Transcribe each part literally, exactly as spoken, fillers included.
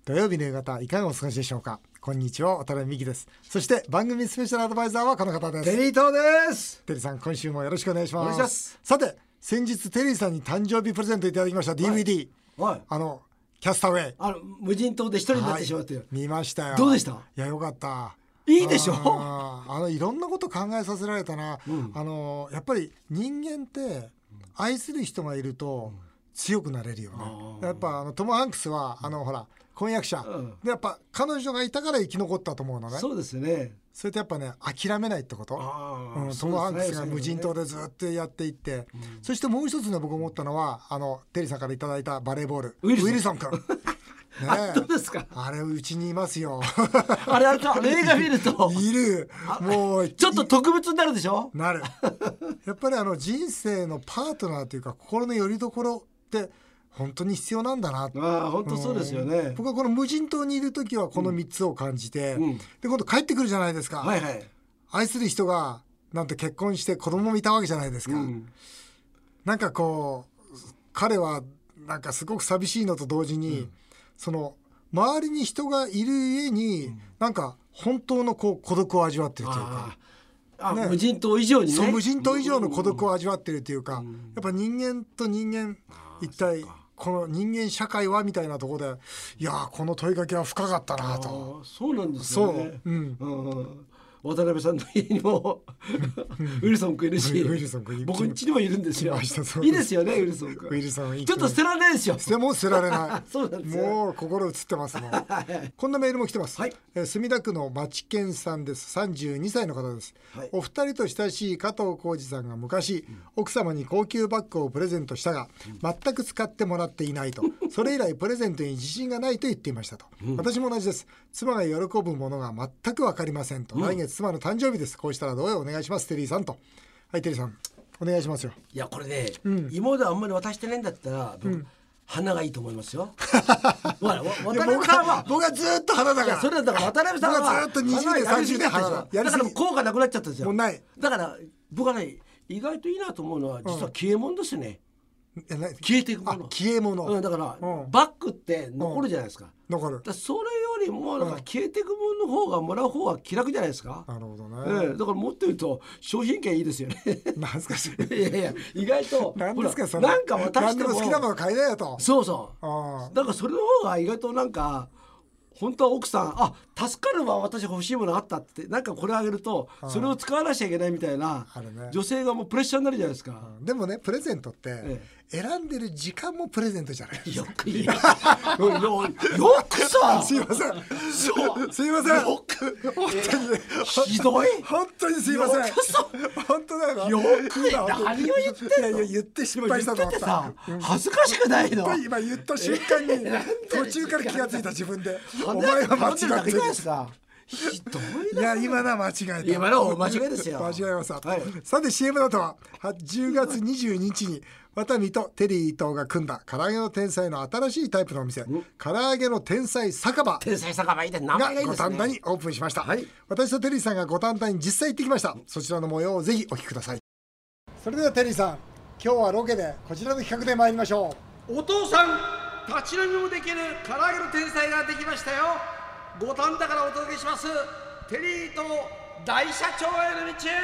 土曜日の夕方いかがお過ごしでしょうか。こんにちは、渡辺美希です。そして番組スペシャルアドバイザーはこの方です。 テリー東です。 テリーさん、今週もよろしくお願いします。 お願いします。 さて、先日テリーさんに誕生日プレゼントいただきました ディーブイディー、はい、あのキャスターウェイ、 あの無人島で一人になってしまって、はい、 見ましたよ。 どうでした？いや、よかった。 いいでしょ。 ああのいろんなこと考えさせられたな、うん、あのやっぱり人間って愛する人がいると強くなれるよね、うん、やっぱあのトム・ハンクスはあのほら婚約者、うん、でやっぱ彼女がいたから生き残ったと思うのね。 そうですね。 それとやっぱね、諦めないってこと。うん、トム・ハンクスが無人島でずっとやっていって、うん、そしてもう一つね、僕思ったのはあのテリーさんからいただいたバレーボール、ウィルソン君ね、 あ、どうですか？ あれうちにいますよ。 あれあれと映画見るといる。もうちょっと特別になるでしょ。 なる。やっぱりあの人生のパートナーというか心の拠り所って本当に必要なんだな。 ああ、本当そうですよね、うん、 僕はこの無人島にいる時はこのみっつを感じて、うん、で今度帰ってくるじゃないですか、 はいはい、 愛する人がなんて結婚して子供もいたわけじゃないですか、うん、なんかこう彼はなんかすごく寂しいのと同時に、うん、その周りに人がいる家に、うん、なんか本当のこう孤独を味わってるというか、 あ、ね、無人島以上にね、 そう無人島以上の孤独を味わってるというか、うん、やっぱ人間と人間一体この人間社会はみたいなところで、いやこの問いかけは深かったなと。 そうなんですよね。そう、うんうん、渡辺さんの家にもウィルソン君いるし、僕ん家にもいるんですよ。いいですよね、ウィルソン君。ウィルソンちょっと捨てられないですよ。 捨ても捨てられない。 そうなんですよ。 もう心映ってますもん。こんなメールも来てます、はい、えー、墨田区の町健さんです。さんじゅうにさいの方です、はい、お二人と親しい加藤浩次さんが昔、うん、奥様に高級バッグをプレゼントしたが、うん、全く使ってもらっていないとそれ以来プレゼントに自信がないと言っていましたと、うん、私も同じです。妻が喜ぶものが全く分かりませんと、うん、来月妻の誕生日です。こうしたらどうよ、お願いします、テリーさんと。はい、テリーさんお願いしますよ。 いやこれね、うん、今まであんまり渡してないんだったら、うん、花がいいと思いますよ。渡辺さんは僕はずっと花だから。 それだから渡辺さんはずっとにじゅうねんさんじゅうねん花だ。 だから効果なくなっちゃったんですよ。 もうない。 だから僕はね、意外といいなと思うのは実は消え物ですね、うん、消えていくもの。 消え物、うん、 だから、うん、バッグって残るじゃないですか、 うん、残る。 だそれよりもなんか消えていくものの方がもらう方が気楽じゃないですか。 なるほどね、 えー、だからもっと言うと商品券いいですよね。 なんすかそれ。いやいや意外となんですかそれ。 なんか渡しても何でも好きなもの買いなよと。 そうそう。だからそれの方が意外となんか本当は奥さん、あ、助かるわ、私欲しいものあったってなんかこれあげるとそれを使わなきゃいけないみたいな、ね、女性がもうプレッシャーになるじゃないですか、 うん、でもねプレゼントって、ええ、選んでる時間もプレゼントじゃないですか。 よくよよくさすいませんそうすいませんよく本当にひどい本当にすいません。本当だよ。 よく何を言ってんの。 いやいや言って失敗したと思った。 恥ずかしくないの。 今言った瞬間に途中から気がついた自分で。お前は間違ってる。 ひどいな。 いや今のは間違えた。 今のは間違いですよ。 間違えました、はい、さて シーエム だとはじゅうがつにじゅうににちにワタミとテリー伊藤が組んだ唐揚げの天才の新しいタイプのお店、唐揚げの天才酒場天才酒場いいです。名前がいいですね。 が五反田にオープンしました、はい、私とテリーさんが五反田に実際行ってきました。そちらの模様をぜひお聞きください。それではテリーさん、今日はロケでこちらの企画で参りましょう。お父さん立ち飲みもできる唐揚げの天才ができましたよ。五反田からお届けしますテリーと大社長への道。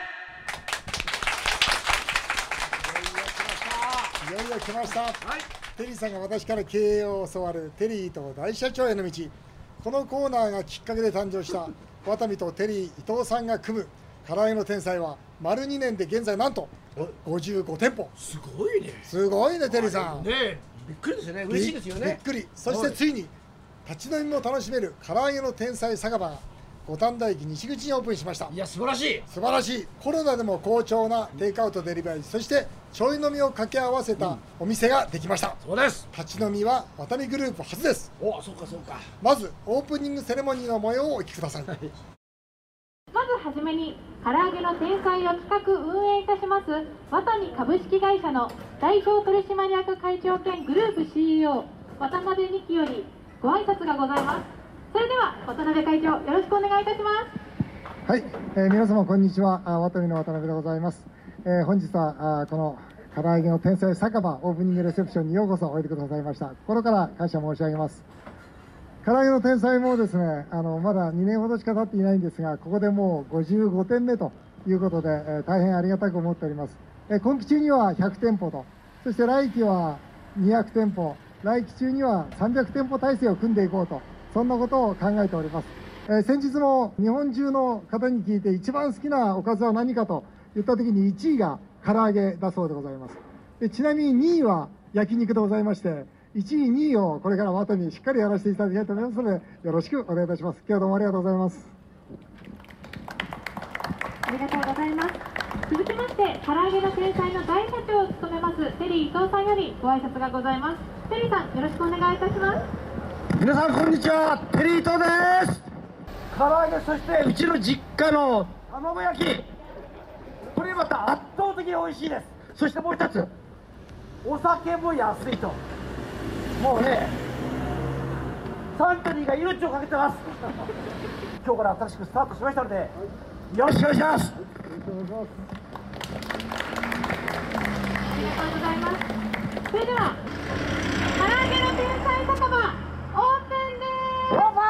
いよいよ来ました、はい、テリーさんが私から経営を教わるテリーと大社長への道。このコーナーがきっかけで誕生したワタミとテリー伊藤さんが組む唐揚げの天才は丸にねんで現在なんとごじゅうごてんぽ。 すごいね。 すごいねテリーさん、 ね、びっくりですね。嬉しいですよね。 びっくり。そしてついに立ち飲みも楽しめる唐揚げの天才酒場が五反田駅西口にオープンしました。 いや素晴らしい素晴らしい。コロナでも好調なテイクアウトデリバリー、そしてちょい飲みを掛け合わせたお店ができました、 うん、そうです。 立ち飲みはワタミグループ初です。 お、そうかそうか。 まずオープニングセレモニーの模様をお聞きください。 まずはじめに唐揚げの天才を企画運営いたしますワタミ株式会社の代表取締役会長兼グループ シーイーオー 渡辺美希よりご挨拶がございます。それでは渡辺会長、よろしくお願いいたします。 はい、えー、皆様こんにちは。ワタミの渡辺でございます。えー、本日はあこの唐揚げの天才酒場オープニングレセプションにようこそおいでくださいました。心から感謝申し上げます。 唐揚げの天才もですね、あのまだにねんほどしか経っていないんですが、ここでもうごじゅうごてんめということで、えー、大変ありがたく思っております。えー、今期中にはひゃくてんぽと、そして来期はにひゃくてんぽ、来期中にはさんびゃくてんぽ体制を組んでいこうと、そんなことを考えております。えー、先日も日本中の方に聞いて一番好きなおかずは何かと言った時にいちいが唐揚げだそうでございます。でちなみににいは焼肉でございまして、いちい、にいをこれから後にしっかりやらせていただきたいと思いますので、よろしくお願いいたします。今日はどうもありがとうございます。 ありがとうございます。続きまして、唐揚げの天才の大社長を務めますテリー伊藤さんよりご挨拶がございます。テリーさん、よろしくお願いいたします。 皆さんこんにちは、テリー伊藤です。唐揚げ、そしてうちの実家の卵焼き、これまた圧倒的に美味しいです。そしてもう一つ、お酒も安いと、もうね、サントリーが命をかけてます。今日から新しくスタートしましたので、よろしくお願いします。 ありがとうございます。それでは唐揚げの天才酒場オープンです。 オープン。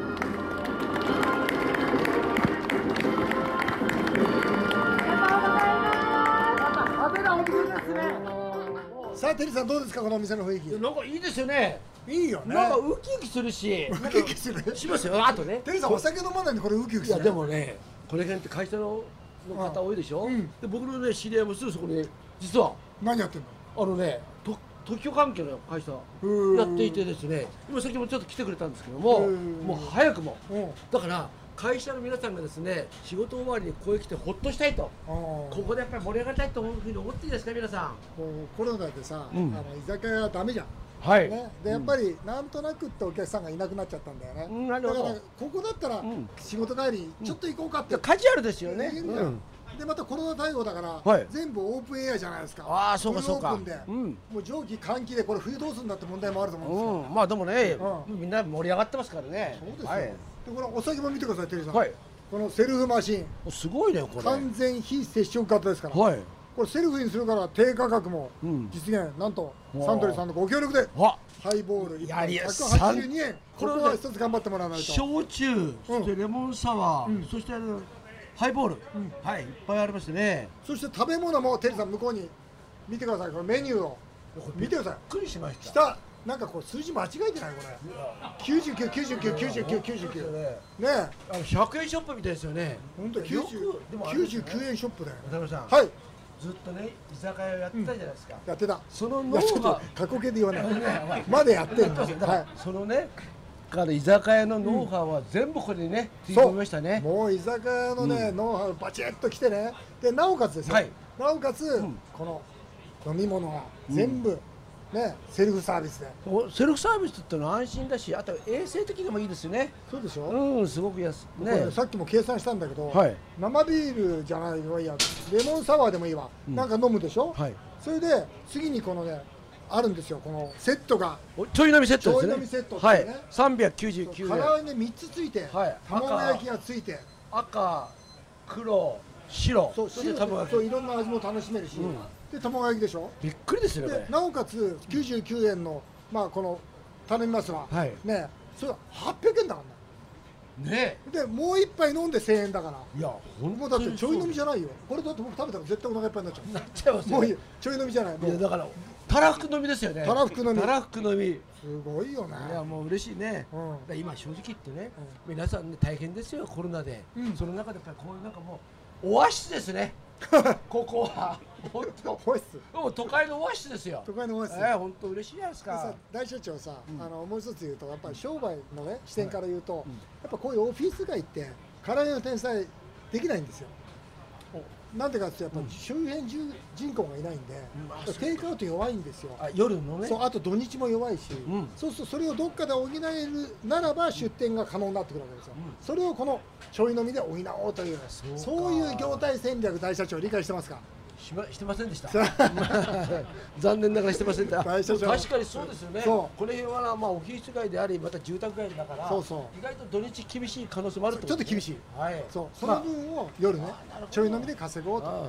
ありがとうございます。 派手なお店ですね。 さあテリーさん、どうですかこのお店の雰囲気。 なんかいいですよね。 いいよね。 なんかウキウキするし、 ウキウキするしますよ。あとね、 テリーさんお酒飲まないんでこれウキウキする。 いやでもね、これ辺って会社の方多いでしょ、うん、で僕のね知り合いもすぐそこに実は何やってんの。 あのねと特許関係の会社やっていてですね、今さっきもちょっと来てくれたんですけども、もう早くもだから会社の皆さんがですね仕事終わりにここへ来てほっとしたいと、ここでやっぱり盛り上がりたいというふうに思っていいですか皆さん。 もうコロナでさ、 うん、 あの居酒屋ダメじゃん。 はいね、でやっぱりなんとなくってお客さんがいなくなっちゃったんだよね、うん、だからここだったら仕事帰りちょっと行こうかって、 うん、カジュアルですよね、 うん、でまたコロナ対応だから、 はい、 全部オープンエアじゃないですか。 ああそうかそうか、 オープンで、うん、もう蒸気換気でこれ冬どうするんだって問題もあると思うんですよ、 うん、まあでもね、うん、みんな盛り上がってますからね。 そうですよ、はい、でこのお酒も見てくださいテリーさん、 はい、 このセルフマシンすごいねこれ、 完全非接触型ですから、はい、これセルフにするから低価格も実現、うん、なんとサントリーさんのご協力でハイボールいっぱいひゃくはちじゅうにえん、これは一つ頑張ってもらわないと。 焼酎、そしてレモンサワー、うん、そしてハイボール、うん、はい、いっぱいありますね。 そして食べ物もテリーさん向こうに見てください、このメニューを見てください。びっくりしました。 下なんかこう数字間違えてないこれ。きゅうじゅうきゅう、きゅうじゅうきゅう、きゅうじゅうきゅう、きゅうじゅうきゅう。ねえ。 あのひゃくえんショップみたいですよね。 本当きゅうじゅう、きゅうじゅうきゅうえんショップだよ。 渡辺さん。 はい。 ずっとね居酒屋をやってたじゃないですか。 やってた。 その脳が過去形で言わない。まだやってるんですよ。はい。 そのね。から居酒屋のノウハウは全部これにねつい込みましたね。 もう居酒屋のねノウハウバチッときてね。でなおかつですよ。なおかつこの飲み物が全部ねセルフサービスで。 セルフサービスってのは安心だし、あと衛生的にもいいですよね。 そうでしょ。 うん、すごく安いね。 さっきも計算したんだけど、生ビールじゃないのいいや、レモンサワーでもいいわ。なんか飲むでしょ。それで次にこのねあるんですよ、このセットがちょい飲みセットですね。 ちょい飲みセットってね、 さんびゃくきゅうじゅうきゅうえん。 唐揚げみっつついて、卵焼きがついて、 赤、黒、白、 そう白といろんな味も楽しめるし、で卵焼きでしょ。 びっくりですよね。 なおかつきゅうじゅうきゅうえんのまあこの頼みますわね、それははっぴゃくえんだからね。でもう一杯飲んでせんえんだから。 いやもうだってちょい飲みじゃないよ。これだって僕食べたら絶対お腹いっぱいになっちゃう。 なっちゃいますよ。 もういい、ちょい飲みじゃない。 いやだからたらふく飲みですよね。 たらふく飲み。 たらふく飲み。 すごいよね。 いやもう嬉しいね。今正直言ってね、皆さんね大変ですよコロナで。その中でやっぱりこういうなんかもうオアシスですね。ここは本当。 オアシス。 もう都会のオアシスですよ。 都会のオアシス。 ええ本当嬉しいじゃないですか。 大社長さ、あのもう一つ言うとやっぱり商売のね視点から言うと、やっぱこういうオフィス街って唐揚げの天才できないんですよ。なんでかってやっぱ周辺人口がいないんで、テイクアウト弱いんですよ。 夜のね。 そう、あと土日も弱いし、そうするとそれをどっかで補えるならば出店が可能になってくるわけですよ。それをこのちょい飲みで補おうという、そういう業態戦略、大社長理解してますか？ しましてませんでした。残念ながらしてませんでした。確かにそうですよね。この辺はまあオフィス街でありまた住宅街だから、そうそう意外と土日厳しい可能性もあると。 ちょっと厳しい。はい。そうその分を夜ねちょい飲みで稼ごうと。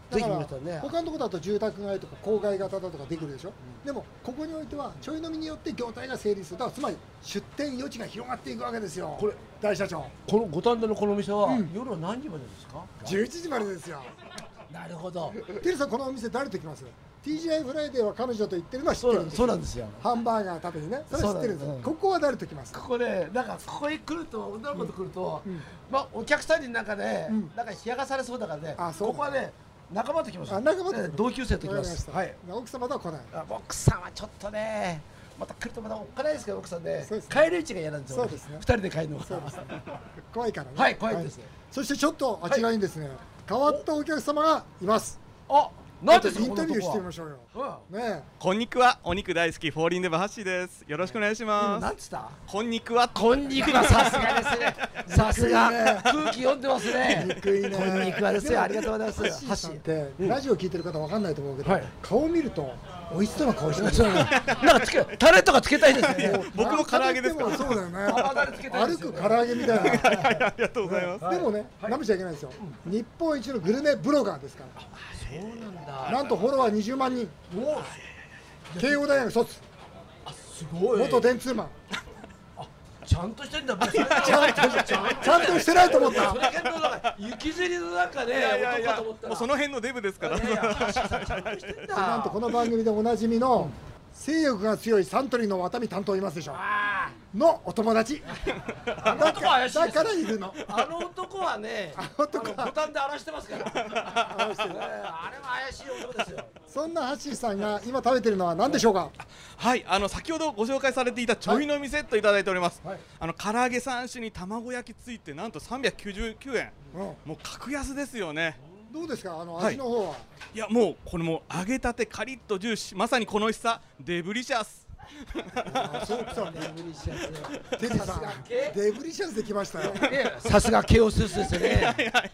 ぜひ皆さんね。 他のところだと住宅街とか郊外型だとかできるでしょ、うん、でもここにおいてはちょい飲みによって業態が成立する。だからつまり出店余地が広がっていくわけですよ。これ大社長、 この五反田のこのお店は、うん、夜は何時までですか？ じゅういちじまでですよ。 なるほど。 テリーさん、このお店誰と行きます？ ティージーアイ フライデーは彼女と言ってるのは知ってるんです。 そうなんですよ。 ハンバーガー食べにね、それ知ってるんですよ。ここは誰と来ます？ ここね、なんかここに来ると、女の子と来ると、うん、まあお客さんになんかね、うん、なんか冷やかされそうだからね、あ、ここはね、仲間と来ます。あ、仲間と、同級生と来ます。はい。 奥様とは来ない。 奥さんはちょっとね、また来るとまたおっかないですけど、奥さんね、帰り道が嫌なんですよ。そうですね。二人で帰るのが。そうですね。 怖いからね。 はい、怖いですね。 そしてちょっとあちらにですね、変わったお客様がいます。 あ、なんでインタビューしてみましょうよ。 ね、こんにちは、お肉大好きフォーリンデブハッシーです。よろしくお願いします。 なんつった？ こんにちは。 こんにちは、さすがですね。さすが空気読んでますね。 憎いね。 こんにちはですよ。ありがとうございます。 ハッシーってラジオ聞いてる方わかんないと思うけど、顔見ると美味しそうな顔してます。 なんかつけタレとかつけたいですね。 僕も唐揚げですから。 そうだよね。歩く唐揚げみたいな。 ありがとうございます。 でもね、なめちゃいけないですよ。日本一のグルメブロガーですから。 そうなんだ。 なんとフォロワーにじゅうまんにん。慶応大学卒。 あ、すごい。 元電通マン。 ちゃんとしてんだ。ちゃんとちゃんとしてないと思った。 それけどなんか雪吊りの中で男かと思ったら。 もうその辺のデブですから。 なんとこの番組でおなじみの性欲が強いサントリーのワタミ担当いますでしょ。のお友達。 あの男は怪しいです。 だからいるの。 あの男はね、あの男ボタンで荒らしてますから。荒らしてる。あれは怪しい男ですよ。 そんなハッシーさんが今食べてるのは何でしょうか？ はい、あの先ほどご紹介されていたちょい飲みセットいただいております。はい、あの唐揚げさん種に卵焼きついてなんとさんびゃくきゅうじゅうきゅうえん。うん、もう格安ですよね。 どうですか、あの味の方は？ はい、いやもうこれも揚げたてカリッとジューシー、まさにこの美味しさデブリシャス。 そうくさん、デブリシャス。テリーさん、デブリシャスできましたよ。 さすがケオスースですね。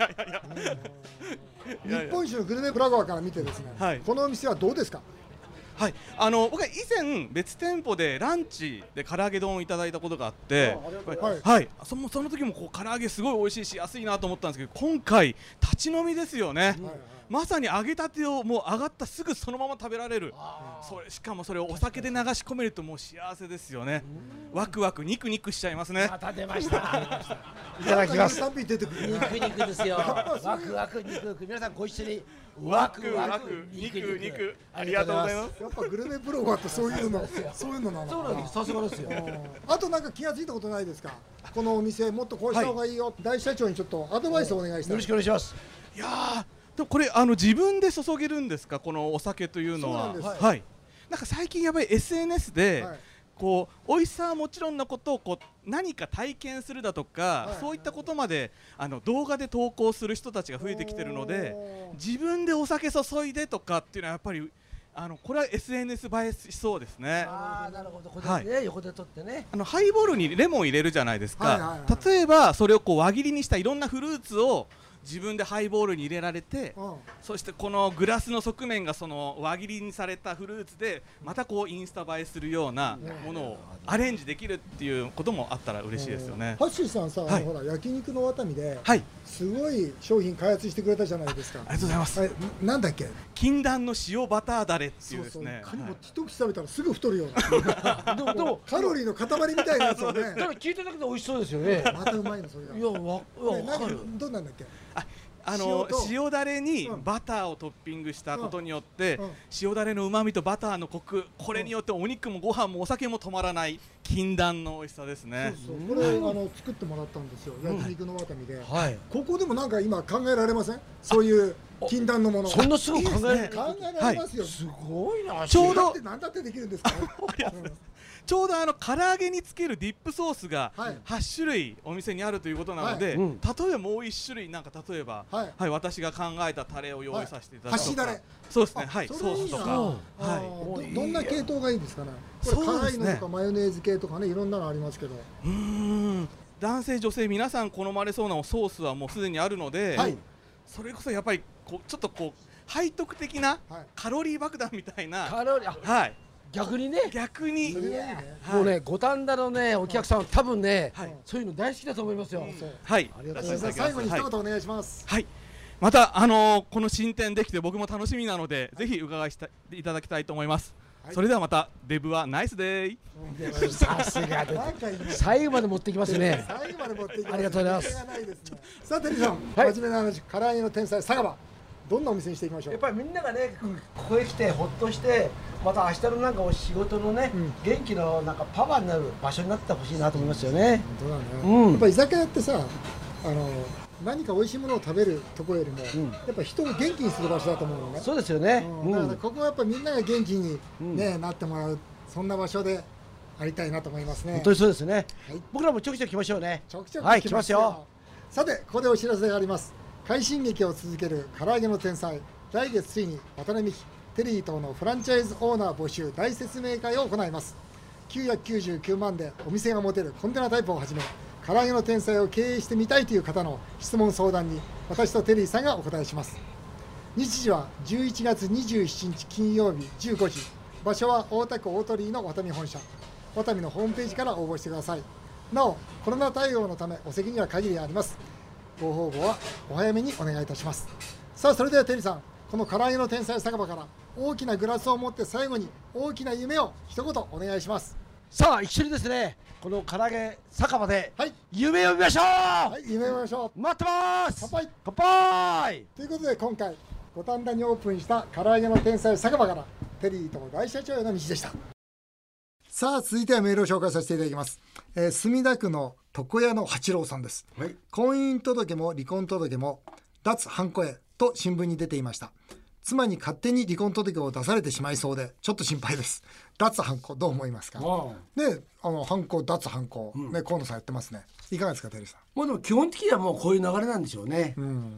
日本一のグルメブラガーから見てですね、はい、このお店はどうですか？ はい、あの僕は以前別店舗でランチで唐揚げ丼をいただいたことがあって、はい、はい、そのその時もこう唐揚げすごい美味しいし安いなと思ったんですけど、今回立ち飲みですよね。はい、まさに揚げたてをもう揚がったすぐそのまま食べられる。それしかもそれをお酒で流し込めるともう幸せですよね。ワクワクニクニクしちゃいますね。 また出ました。 いただきます。ニクニクですよ。ワクワクニクニク、皆さんご一緒に。ワクワクニクニク、 ありがとうございます。 やっぱグルメブロガーってそういうの、そういうのなの。 そうなんです。さすがですよ。 あとなんか気がついたことないですか？このお店もっとこうした方がいいよ。大社長にちょっとアドバイスをお願いしたい。 よろしくお願いします。 いやー、でもこれあの自分で注げるんですか、このお酒というのは？ そうなんです。 はい。なんか最近やっぱり エスエヌエス で。こう美味しさはもちろんのことをこう何か体験するだとか、はい、そういったことまであの動画で投稿する人たちが増えてきてるので、自分でお酒注いでとかっていうのはやっぱりあのこれは エスエヌエス 映えしそうですね。 ああ、なるほど。これね、はい、横で撮ってね。 あのハイボールにレモン入れるじゃないですか。例えばそれをこう輪切りにしたいろんなフルーツを自分でハイボールに入れられて、うん、そしてこのグラスの側面がその輪切りにされたフルーツでまたこうインスタ映えするようなものをアレンジできるっていうこともあったら嬉しいですよね。 ハッシーさんさ、はい、あのほら焼肉のワタミで、はい、すごい商品開発してくれたじゃないですか。 ありがとうございます。 なんだっけ？ 禁断の塩バターだれっていうですね。 そうそう、はい、一口食べたらすぐ太るような。でもカロリーの塊みたいなやつをね。 だから聞いただけで美味しそうですよね。 またうまいのそれが。 いや、わ、わかる。 どうなんだっけ？ ああの塩だれにバターをトッピングしたことによって、塩だれのうまみとバターのコク、これによってお肉もご飯もお酒も止まらない禁断の美味しさですね。 そうそう、これあの作ってもらったんですよ、焼肉のワタミで。ここでもなんか今考えられません？そういう禁断のもの。 そんなすぐ考え考えられますよ。 すごいな。 ちょうど何だってできるんですか？ ちょうどあの唐揚げにつけるディップソースがはちしゅるいお店にあるということなので、例えばもういち種類なんか例えば、はい、私が考えたタレを用意させていただくとか、そうですね、はい、ソースとか、 はい、どんな系統がいいですかね。これ辛いのとかマヨネーズ系とかね、いろんなのありますけど。 うーん、男性女性皆さん好まれそうなソースはもうすでにあるので、はい、それこそやっぱりこうちょっとこう背徳的なカロリー爆弾みたいな、 カロリー、はい。逆にね、 逆にもうね、五反田のねお客さん多分ねそういうの大好きだと思いますよ。 はい、 ありがとうございます。最後に一言お願いします。 はい、 また、あのー、この進展できて僕も楽しみなので、はい、ぜひ伺いしたいただきたいと思います、はい、それではまたデブはナイスデイ。 さすがで最後まで持ってきますね。 最後まで持ってきます。 ありがとうございます。 さあテリーさん、はい、真面目な話、唐揚げの天才酒場、どんなお店にしていきましょう。 やっぱりみんながね、ここへ来てほっとして、また明日のなんかお仕事のね、うん、元気のなんかパワーになる場所になってほしいなと思いますよね。 本当だね、うん、やっぱ居酒屋ってさ、あの何か美味しいものを食べるところよりも、うん、やっぱ人を元気にする場所だと思うのね。 そうですよね、 うん、だからここはやっぱみんなが元気に、ねうん、なってもらう、そんな場所でありたいなと思いますね。 本当にそうですね、はい、僕らもちょくちょく来ましょうね。 ちょくちょく来ますよ。さてここでお知らせがあります。快進撃を続ける唐揚げの天才、来月ついに渡辺美希、テリー等のフランチャイズオーナー募集大説明会を行います。きゅうひゃくきゅうじゅうきゅうまんでお店が持てるコンテナタイプをはじめ、唐揚げの天才を経営してみたいという方の質問相談に私とテリーさんがお答えします。日時はじゅういちがつにじゅうしちにち金曜日じゅうごじ、場所は大田区大鳥居のワタミ本社、ワタミのホームページから応募してください。なおコロナ対応のためお席には限りがあります。ご応募はお早めにお願いいたします。さあそれではテリーさん、この唐揚げの天才酒場から大きなグラスを持って最後に大きな夢を一言お願いします。 さあ一緒にですね、この唐揚げ酒場で夢を見ましょう。 はい、夢を見ましょう。 待ってます。 乾杯。 乾杯。 ということで今回五反田にオープンした唐揚げの天才酒場からテリーと大社長への道でした。さあ続いてはメールを紹介させていただきます、えー、墨田区の床屋の八郎さんです、はい、婚姻届も離婚届も脱ハンコへと新聞に出ていました。妻に勝手に離婚届を出されてしまいそうでちょっと心配です。脱ハンコどう思いますか。ね、あのハンコ脱ハンコ、うん、ね、河野さんやってますね。いかがですかテリーさん。 もうでも基本的にはもうこういう流れなんでしょうね。 うん、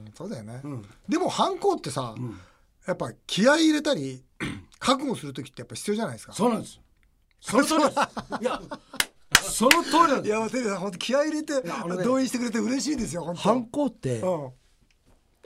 そうだよね、うん、でもハンコってさ、うん、やっぱ気合い入れたり覚悟する時ってやっぱ必要じゃないですか。 そうなんです。その通りです。いや、その通りなんです。 いやテリーさん本当気合い入れて、ね、同意してくれて嬉しいですよ。本当ハンコって、うん、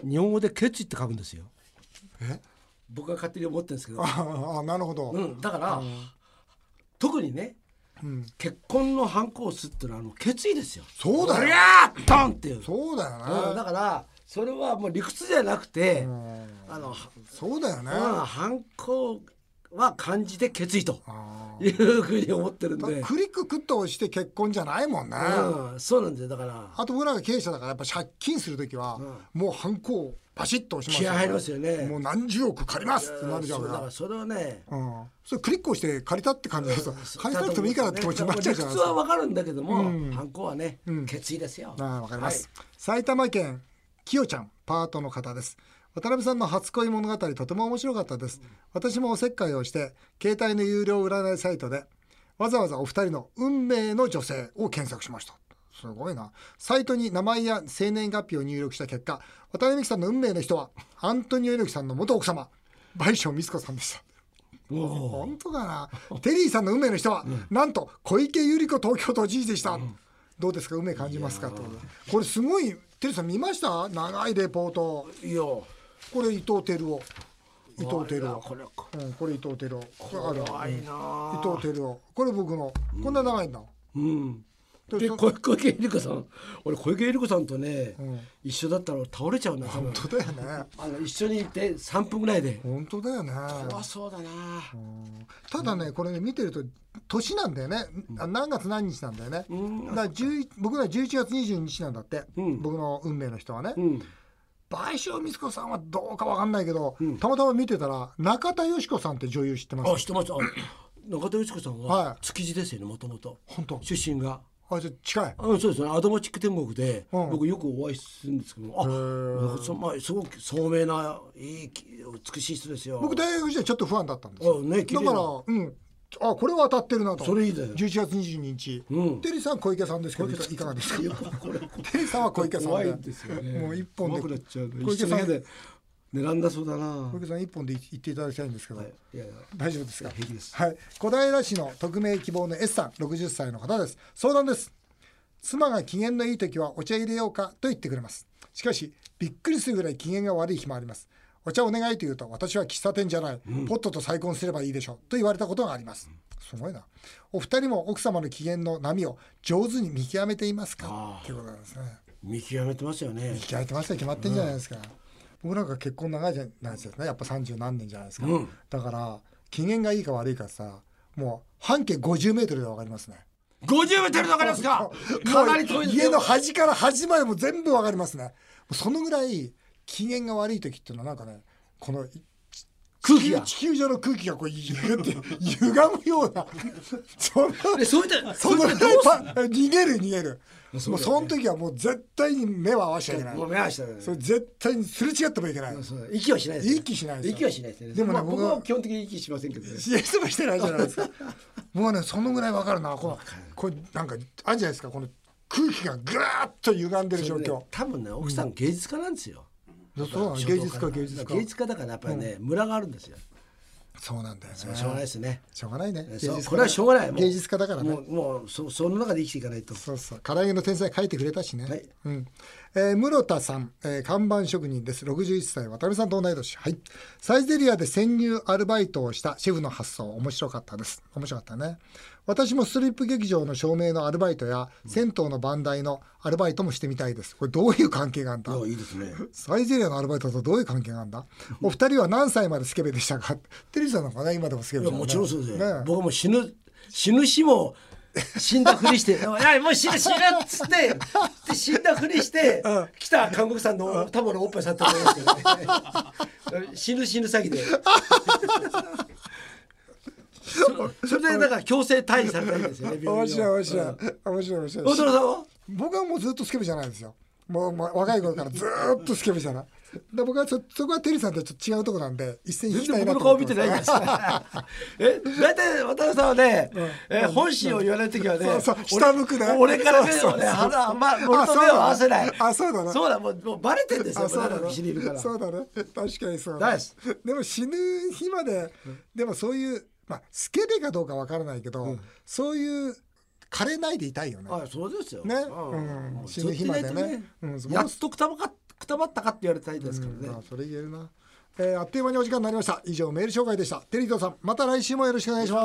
日本語で決意って書くんですよ。え、僕が勝手に思ってるんですけど。 ああ、なるほど、 うん、だから、うん、特にね、うん、結婚のハンコを押すっていうのはあの決意ですよ。 そうだよ。 りゃードンっていう。 そうだよね、 うん、だからそれはもう理屈じゃなくて、うん、あのそうだよね、 ハンコは漢字で決意というふうに思ってるんで、 クリッククッと押して結婚じゃないもんね、 うん、そうなんですよ。だからあと僕らが経営者だからやっぱ借金するときは、うん、もうハンコをバシッと押しますよ、 気合入りますよね。 もう何十億借りますってなるじゃん。 だからそれはね、うん、 それクリックをして借りたって感じだと借りたくてもいいからって気持ちになっちゃうじゃないですか。 普通は分かるんだけども、うん、ハンコはね、うん、決意ですよ。 あ、分かります、はい、埼玉県きよちゃんパートの方です。渡辺さんの初恋物語とても面白かったです、うん、私もおせっかいをして携帯の有料占いサイトでわざわざお二人の運命の女性を検索しました。すごいな。サイトに名前や生年月日を入力した結果、渡辺美樹さんの運命の人はアントニオ猪木さんの元奥様倍賞美津子さんでした。本当だな。テリーさんの運命の人は、うん、なんと小池百合子東京都知事でした、うん、どうですか、運命感じますかと。これすごい。テリーさん見ました？長いレポート。 いやこれ伊藤輝夫、伊藤輝夫、 これ、 うん、これ伊藤輝夫、 怖いな、 うん、伊藤輝夫、これ僕の、うん、こんな長いんだ。 うん。で小池百合子さん、俺小池百合子さんとね、うん、一緒だったら倒れちゃうな。 本当だよね。 あの一緒にいてさんぷんぐらいで。 本当だよね。 怖そうだな。 ただね、これね見てると年なんだよね。うん、何月何日なんだよね。うん、だから僕らじゅういちがつにじゅうににちなんだって。うん、僕の運命の人はね。うん、倍賞美津子さんはどうかわかんないけど、うん、たまたま見てたら中田喜子さんって女優知ってます？ あ、知ってます。中田喜子さんは築地ですよね、もともと。 本当。 出身が。 あ、じゃ近い。 うん、そうですね。アドマチック天国で、うん、僕よくお会いするんですけど、あ、そ、まあ、すごく聡明ないい美しい人ですよ。 僕大学時代ちょっと不安だったんですよ。 ね、 だから、うん、あ、これは当たってるなと。 それいいだよ。 じゅういちがつにじゅうににち、うん、テリーさん小池さんですけどいかがですか？テリーさんは小池さんで。 怖いですよね。 もう一本で。 怖くなっちゃう。小池さんで狙んだそうだな。 小池さん一本で言っていただきたいんですけど、はい、いやいや大丈夫ですか？ 平気です。 はい。小平市の匿名希望の S さん、ろくじゅっさいの方です。相談です。妻が機嫌のいい時はお茶入れようかと言ってくれます。しかしびっくりするぐらい機嫌が悪い日もあります。お茶お願いと言うと、私は喫茶店じゃない、うん、ポットと再婚すればいいでしょと言われたことがあります。すごいな。お二人も奥様の機嫌の波を上手に見極めていますかということなんですね。 見極めてますよね。 見極めてますよ。決まってんじゃないですか、 僕なんか結婚長いじゃないですかね、やっぱさんじゅう何年じゃないですか、 うん、 だから機嫌がいいか悪いかさ、もう半径ごじゅうメートルで分かりますね。 ごじゅうメートルで分かりますか。かなり遠いですよ。 家の端から端までも全部分かりますね。そのぐらい機嫌が悪い時っていうのはなんかね、この空気が地球上の空気がこうゆって歪むようなそのでそういったその逃げる逃げるもうその時はもう絶対に目は合わせちゃいけない。 もう目合わせちゃいけない。 それ絶対にすれ違ってもいけない。 息はしないです。 息しないです。 息はしないですね。 でもね、 僕は基本的に息しませんけどね。 いや、いつもしてないじゃないですか。僕はね、そのぐらいわかるな。このこれなんかあるじゃないですか。この空気がぐーっと歪んでる状況。 多分ね、奥さん芸術家なんですよ。 そうなの、芸術家芸術家。 芸術家だからやっぱりね、ムラがあるんですよ。 そうなんだよね。 しょうがないですね。 しょうがないね。 これはしょうがない。 芸術家だからね。 もうそその中で生きていかないと。 そうそう。唐揚げの天才書いてくれたしね。はい。うん。えー、室田さん、えー、看板職人です。ろくじゅういっさい、渡辺さんと同い年。はい。サイゼリアで潜入アルバイトをしたシェフの発想、面白かったです。面白かったね。私もストリップ劇場の照明のアルバイトや、うん、銭湯の番台のアルバイトもしてみたいです。これどういう関係があるんだ。 いいですね。 サイゼリアのアルバイトとどういう関係があるんだ。お二人は何歳までスケベでしたか。テリーさんなんかね、今でもスケベだね。もちろんそうですよ、ね、僕はもう死ぬ死ぬ日も死んだふりして「いやもう死ぬ死ぬ」っつってで死んだふりして、うん、来た韓国さんの多分のおっぱいさんと思いますけどね死ぬ死ぬ詐欺でそ, それでだから強制退院されたんですよね。 面白い面白い面白い面白い。 大友さんは？ 僕はもうずっとスケベじゃないんですよ。もう、もう若い頃からずっとスケベじゃない。で僕は そ, そこはテリーさんとちょっと違うところなんで一斉に引きたいなと思ってます。 僕の顔見てないじゃないですか。え、大体渡辺さんはね、うんえー、本心を言われる時はね、 そうそう下向くね。 俺から目をね、鼻ま俺と目を合わせない。 あ、そうだね。 そうだ、もうもうバレてんですよ。そうだね。死にいるから。 そうだね。確かにそうだ。でも死ぬ日まで、でもそういうまあスケベかどうかわからないけど、うん、そういう枯れないでいたいよね。 あ、そうですよ。 ね、うん、死ぬ日までね。うん、 やっとくたばかくたばったかって言われたいですからね。 うん、それ言えるな。えー、あっという間にお時間になりました。以上メール紹介でした。テリートさん、また来週もよろしくお願いします。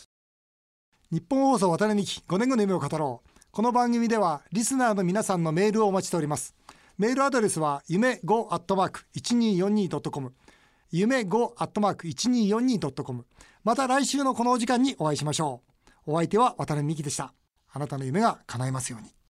日本放送渡辺美希ごねんごの夢を語ろう。この番組ではリスナーの皆さんのメールをお待ちしております。メールアドレスは夢ごアットマークいちにーよんにードットコム、夢ごアットマークいちにーよんにードットコム。また来週のこのお時間にお会いしましょう。お相手は渡辺美希でした。あなたの夢が叶いますように。